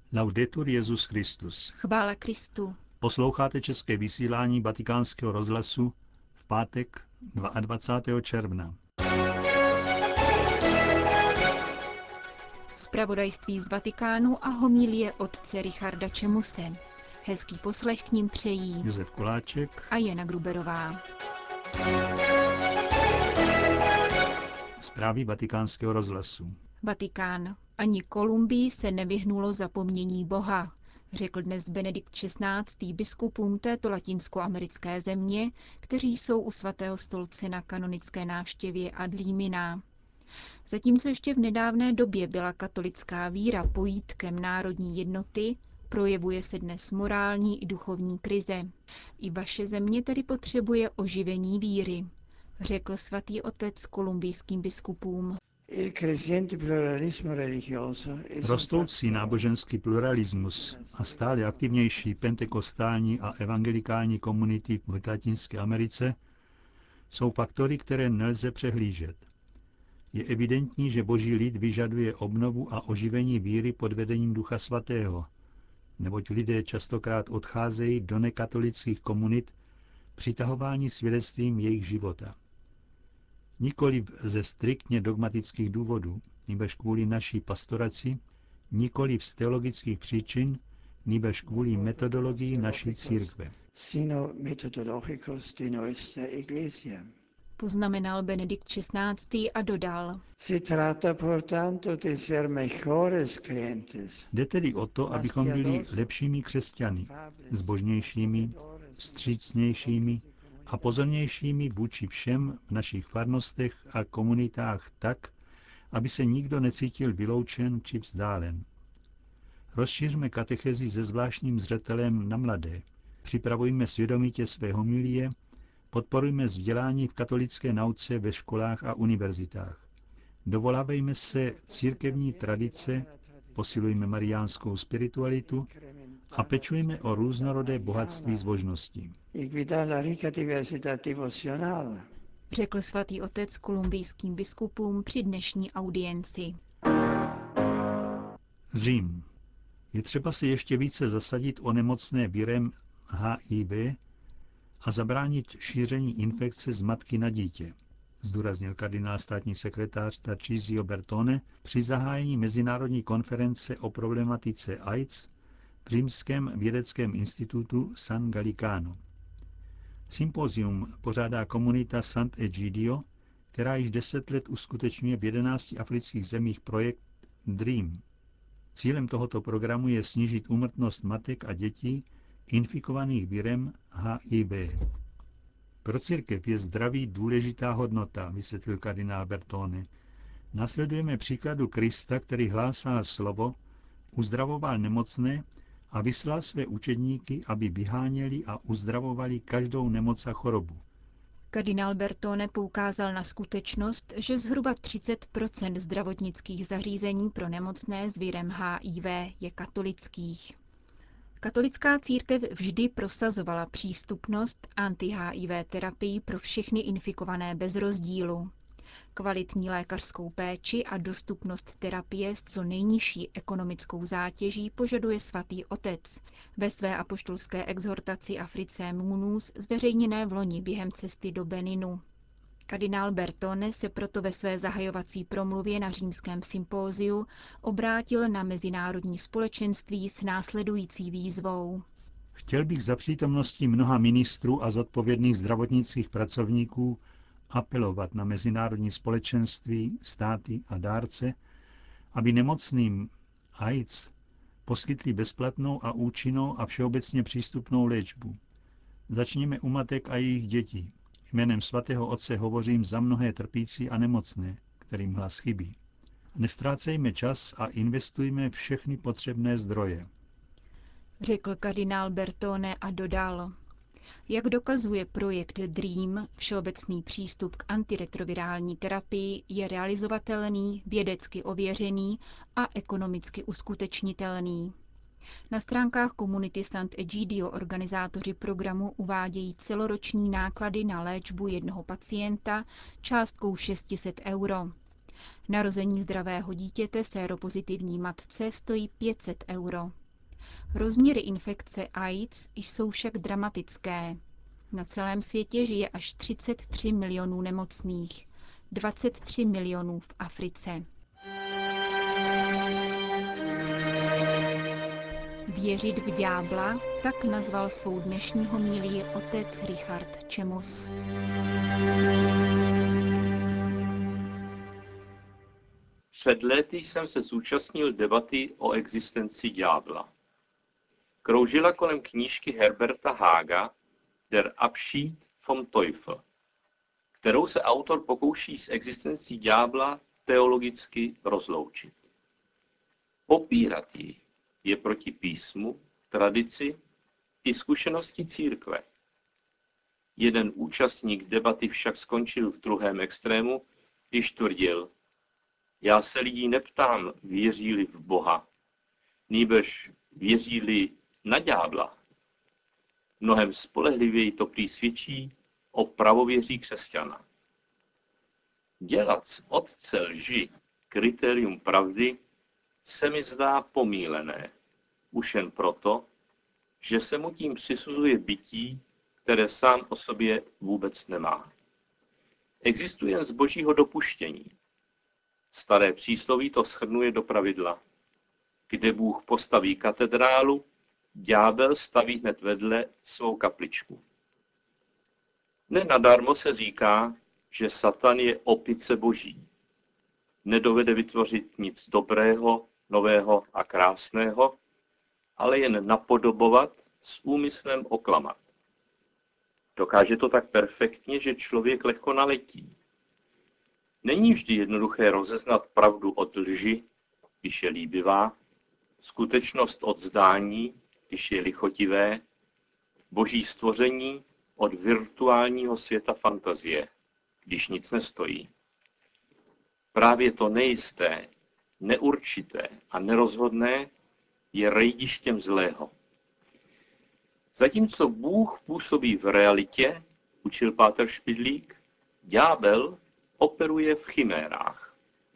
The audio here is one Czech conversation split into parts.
Laudetur Jesus Christus. Chvála Kristu. Posloucháte české vysílání Vatikánského rozhlasu v pátek 22. června. Zpravodajství z Vatikánu a homilie otce Richarda Čemuse. Hezký poslech k ním přejí Josef Koláček a Jana Gruberová. Zprávy Vatikánského rozhlasu. Vatikán. Ani Kolumbii se nevyhnulo zapomnění Boha, řekl dnes Benedikt XVI. Biskupům této latinskoamerické země, kteří jsou u svatého stolce na kanonické návštěvě ad limina. Zatímco ještě v nedávné době byla katolická víra pojítkem národní jednoty, projevuje se dnes morální i duchovní krize. I vaše země tedy potřebuje oživení víry, řekl svatý otec kolumbijským biskupům. Rostoucí náboženský pluralismus a stále aktivnější pentekostální a evangelikální komunity v Latinské Americe jsou faktory, které nelze přehlížet. Je evidentní, že boží lid vyžaduje obnovu a oživení víry pod vedením Ducha Svatého, neboť lidé častokrát odcházejí do nekatolických komunit přitahování svědectvím jejich života. Nikoliv ze striktně dogmatických důvodů, nýbrž kvůli naší pastoraci, nikoliv z teologických příčin, nýbrž kvůli metodologii naší církve. Poznamenal Benedikt XVI. A dodal. Jde tedy o to, abychom byli lepšími křesťany, zbožnějšími, vstřícnějšími a pozornějšími vůči všem v našich farnostech a komunitách tak, aby se nikdo necítil vyloučen či vzdálen. Rozšířme katechezi se zvláštním zřetelem na mladé, připravujme svědomitě své homilie, podporujme vzdělání v katolické nauce ve školách a univerzitách. Dovolávejme se církevní tradice, posilujme mariánskou spiritualitu a pečujme o různorodé bohatství zbožnosti. Řekl svatý otec kolumbijským biskupům při dnešní audienci. Řím. Je třeba se ještě více zasadit o nemocné virem HIV a zabránit šíření infekce z matky na dítě, zdůraznil kardinál státní sekretář Tarcísio Bertone při zahájení mezinárodní konference o problematice AIDS v Římském vědeckém institutu San Gallicano. Sympozium pořádá komunita Sant'Egidio, která již 10 let uskutečňuje v 11 afrických zemích projekt DREAM. Cílem tohoto programu je snížit úmrtnost matek a dětí infikovaných virem HIV. Pro církev je zdraví důležitá hodnota, vysvětlil kardinál Bertone. Nasledujeme příkladu Krista, který hlásá slovo, uzdravoval nemocné a vyslal své učedníky, aby vyháněli a uzdravovali každou nemoc a chorobu. Kardinál Bertone poukázal na skutečnost, že zhruba 30% zdravotnických zařízení pro nemocné s virem HIV je katolických. Katolická církev vždy prosazovala přístupnost anti-HIV terapii pro všechny infikované bez rozdílu. Kvalitní lékařskou péči a dostupnost terapie s co nejnižší ekonomickou zátěží požaduje svatý otec ve své apoštolské exhortaci Africe Munus zveřejněné v loni během cesty do Beninu. Kardinál Bertone se proto ve své zahajovací promluvě na římském sympóziu obrátil na mezinárodní společenství s následující výzvou. Chtěl bych za přítomnosti mnoha ministrů a zodpovědných zdravotnických pracovníků apelovat na mezinárodní společenství, státy a dárce, aby nemocným AIDS poskytli bezplatnou a účinnou a všeobecně přístupnou léčbu. Začněme u matek a jejich dětí. Jménem svatého Otce hovořím za mnohé trpící a nemocné, kterým hlas chybí. Nestrácejme čas a investujme všechny potřebné zdroje. Řekl kardinál Bertone a dodal. Jak dokazuje projekt DREAM, všeobecný přístup k antiretrovirální terapii je realizovatelný, vědecky ověřený a ekonomicky uskutečnitelný. Na stránkách komunity Sant'Egidio organizátoři programu uvádějí celoroční náklady na léčbu jednoho pacienta částkou 600 €. Narození zdravého dítěte séropozitivní matce stojí 500 euro. Rozměry infekce AIDS jsou však dramatické. Na celém světě žije až 33 milionů nemocných, 23 milionů v Africe. Věřit v ďábla, tak nazval svou dnešní homílii otec Richard Čemus. Před lety jsem se zúčastnil debaty o existenci ďábla. Kroužila kolem knížky Herberta Haga Der Abschied vom Teufel, kterou se autor pokouší s existencí ďábla teologicky rozloučit. Popírat ji je proti písmu, tradici i zkušenosti církve. Jeden účastník debaty však skončil v druhém extrému, když tvrdil: já se lidí neptám, věří-li v Boha, nýbrž věří-li na ďábla. Mnohem spolehlivěji to prý svědčí o pravověří křesťana. Dělat z otce lži kritérium pravdy se mi zdá pomýlené, už jen proto, že se mu tím přisuzuje bytí, které sám o sobě vůbec nemá. Existuje jen z božího dopuštění. Staré přísloví to shrnuje do pravidla. Kde Bůh postaví katedrálu, ďábel staví hned vedle svou kapličku. Nenadarmo se říká, že Satan je opice boží. Nedovede vytvořit nic dobrého, nového a krásného, ale jen napodobovat s úmyslem oklamat. Dokáže to tak perfektně, že člověk lehko naletí. Není vždy jednoduché rozeznat pravdu od lži, když je líbivá, skutečnost od zdání, když je lichotivé, boží stvoření od virtuálního světa fantazie, když nic nestojí. Právě to nejisté, neurčité a nerozhodné je rejdištěm zlého. Zatímco Bůh působí v realitě, učil páter Špidlík, ďábel operuje v chimérách.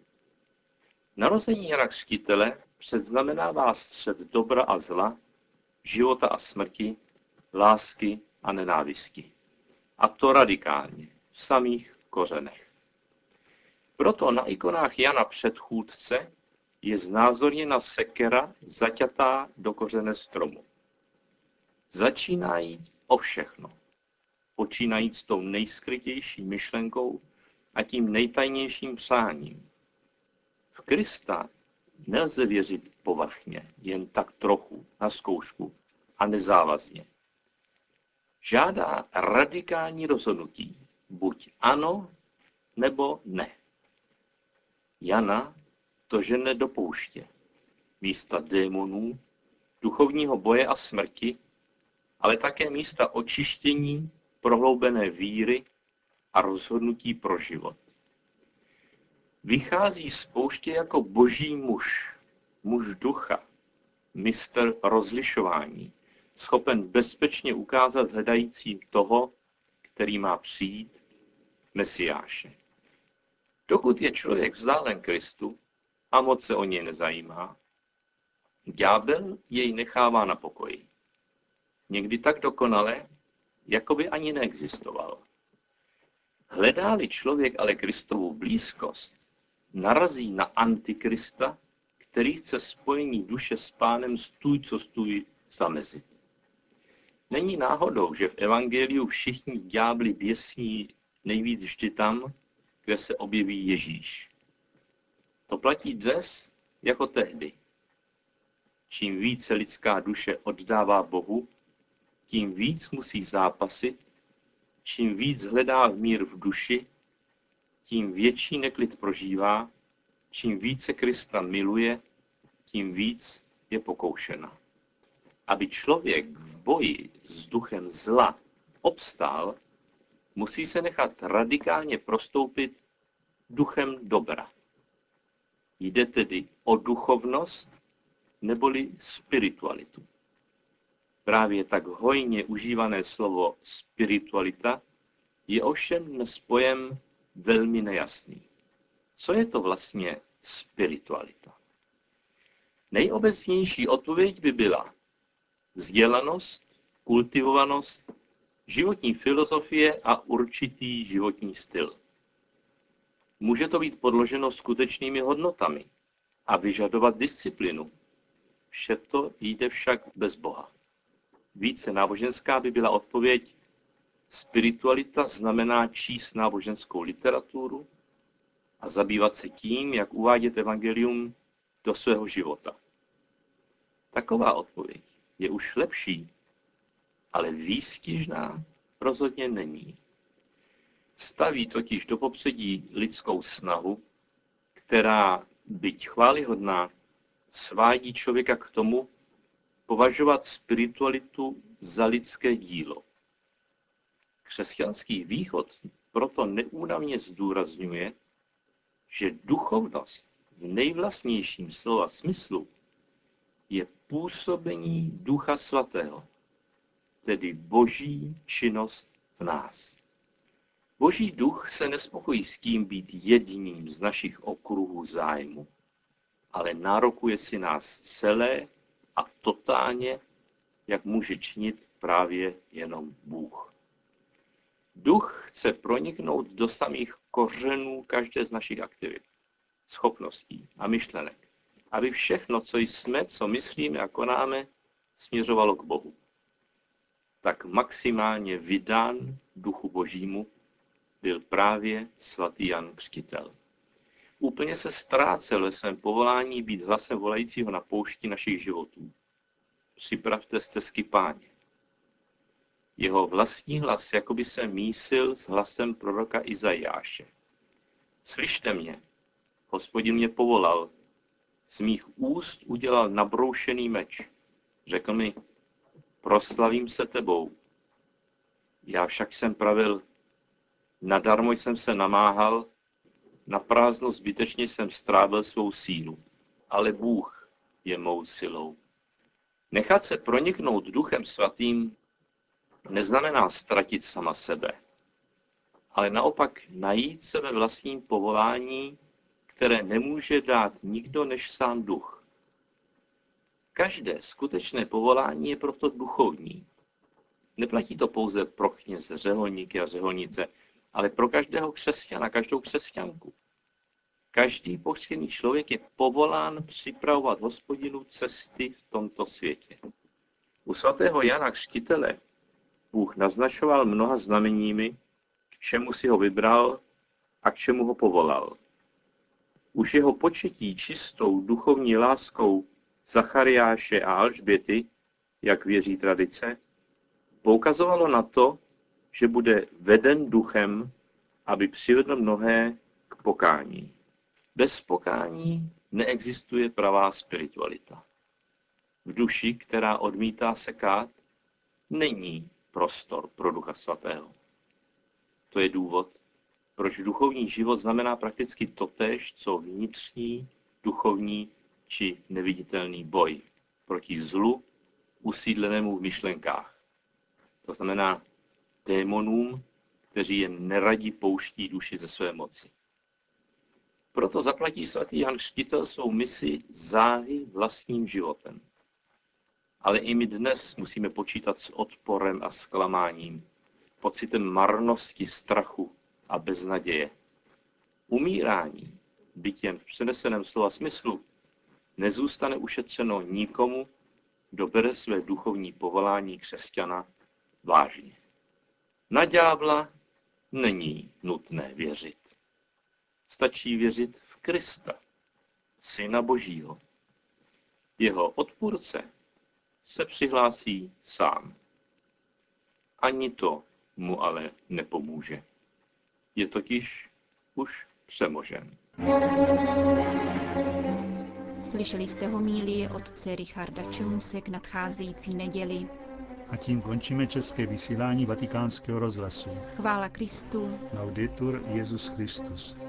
Narození Jana Křtitele předznamenává střet dobra a zla, života a smrti, lásky a nenávisti. A to radikálně, v samých kořenech. Proto na ikonách Jana Předchůdce je znázorněna sekera zaťatá do kořene stromu. Začíná jít o všechno. Počínajíc s tou nejskrytější myšlenkou a tím nejtajnějším přáním. V Krista nelze věřit povrchně, jen tak trochu, na zkoušku a nezávazně. Žádá radikální rozhodnutí, buď ano, nebo ne. Jana to žene do pouště, místa démonů, duchovního boje a smrti, ale také místa očištění, prohloubené víry a rozhodnutí pro život. Vychází z pouště jako boží muž, muž ducha, mistr rozlišování, schopen bezpečně ukázat hledajícím toho, který má přijít, Mesiáše. Dokud je člověk vzdálen Kristu a moc se o něj nezajímá, ďábel jej nechává na pokoji. Někdy tak dokonale, jako by ani neexistoval. Hledá-li člověk ale Kristovu blízkost, narazí na antikrista, který chce spojení duše s Pánem stůj co stůj zamezit. Není náhodou, že v evangeliu všichni ďábli běsní nejvíc vždy tam, kde se objeví Ježíš. To platí dnes jako tehdy. Čím více lidská duše oddává Bohu, tím víc musí zápasit, čím víc hledá mír v duši, tím větší neklid prožívá, čím více Krista miluje, tím víc je pokoušena. Aby člověk v boji s duchem zla obstál, musí se nechat radikálně prostoupit duchem dobra. Jde tedy o duchovnost neboli spiritualitu. Právě tak hojně užívané slovo spiritualita je ovšem dnes pojem velmi nejasný. Co je to vlastně spiritualita? Nejobecnější odpověď by byla vzdělanost, kultivovanost, životní filozofie a určitý životní styl. Může to být podloženo skutečnými hodnotami a vyžadovat disciplinu. Vše to jde však bez Boha. Více náboženská by byla odpověď: spiritualita znamená číst náboženskou literaturu a zabývat se tím, jak uvádět evangelium do svého života. Taková odpověď je už lepší, ale výstižná rozhodně není. Staví totiž do popředí lidskou snahu, která, byť chvályhodná, svádí člověka k tomu považovat spiritualitu za lidské dílo. Křesťanský východ proto neúnavně zdůrazňuje, že duchovnost v nejvlastnějším slova smyslu je působení Ducha Svatého, tedy Boží činnost v nás. Boží duch se nespokojí s tím být jedním z našich okruhů zájmu, ale nárokuje si nás celé a totálně, jak může činit právě jenom Bůh. Duch chce proniknout do samých kořenů každé z našich aktivit, schopností a myšlenek, aby všechno, co jsme, co myslíme a konáme, směřovalo k Bohu. Tak maximálně vydán Duchu Božímu byl právě svatý Jan Křtitel. Úplně se ztrácel ve svém povolání být hlasem volajícího na poušti našich životů. Připravte stezky Páně. Jeho vlastní hlas jakoby se mísil s hlasem proroka Izajáše. Slyšte mě, Hospodin mě povolal, z mých úst udělal nabroušený meč. Řekl mi, proslavím se tebou. Já však jsem pravil, nadarmo jsem se namáhal, naprázdno zbytečně jsem strávil svou sílu, ale Bůh je mou silou. Nechat se proniknout Duchem Svatým neznamená ztratit sama sebe, ale naopak najít se ve vlastním povolání, které nemůže dát nikdo než sám Duch. Každé skutečné povolání je proto duchovní. Neplatí to pouze pro kněze, řeholníky a řeholnice, ale pro každého křesťana, každou křesťanku. Každý pokřtěný člověk je povolán připravovat Hospodinu cesty v tomto světě. U svatého Jana Křtitele Bůh naznačoval mnoha znameními, k čemu si ho vybral a k čemu ho povolal. Už jeho početí čistou duchovní láskou Zachariáše a Alžběty, jak věří tradice, poukazovalo na to, že bude veden duchem, aby přivedl mnohé k pokání. Bez pokání neexistuje pravá spiritualita. V duši, která odmítá sekat, není prostor pro Ducha Svatého. To je důvod, proč duchovní život znamená prakticky totéž, co vnitřní, duchovní či neviditelný boj proti zlu usídlenému v myšlenkách. To znamená démonům, kteří jen neradi pouští duši ze své moci. Proto zaplatí svatý Jan Křtitel svou misi záhy vlastním životem. Ale i my dnes musíme počítat s odporem a zklamáním, pocitem marnosti, strachu a beznaděje. Umírání, byť jen v přeneseném slova smyslu, nezůstane ušetřeno nikomu, kdo bere své duchovní povolání křesťana vážně. Na ďábla není nutné věřit. Stačí věřit v Krista, Syna Božího. Jeho odpůrce se přihlásí sám. Ani to mu ale nepomůže. Je totiž už přemožen. Slyšeli jste homílii otce Richarda Čemuse k nadcházející neděli. A tím končíme české vysílání Vatikánského rozhlasu. Chvála Kristu. Laudetur Jesus Christus.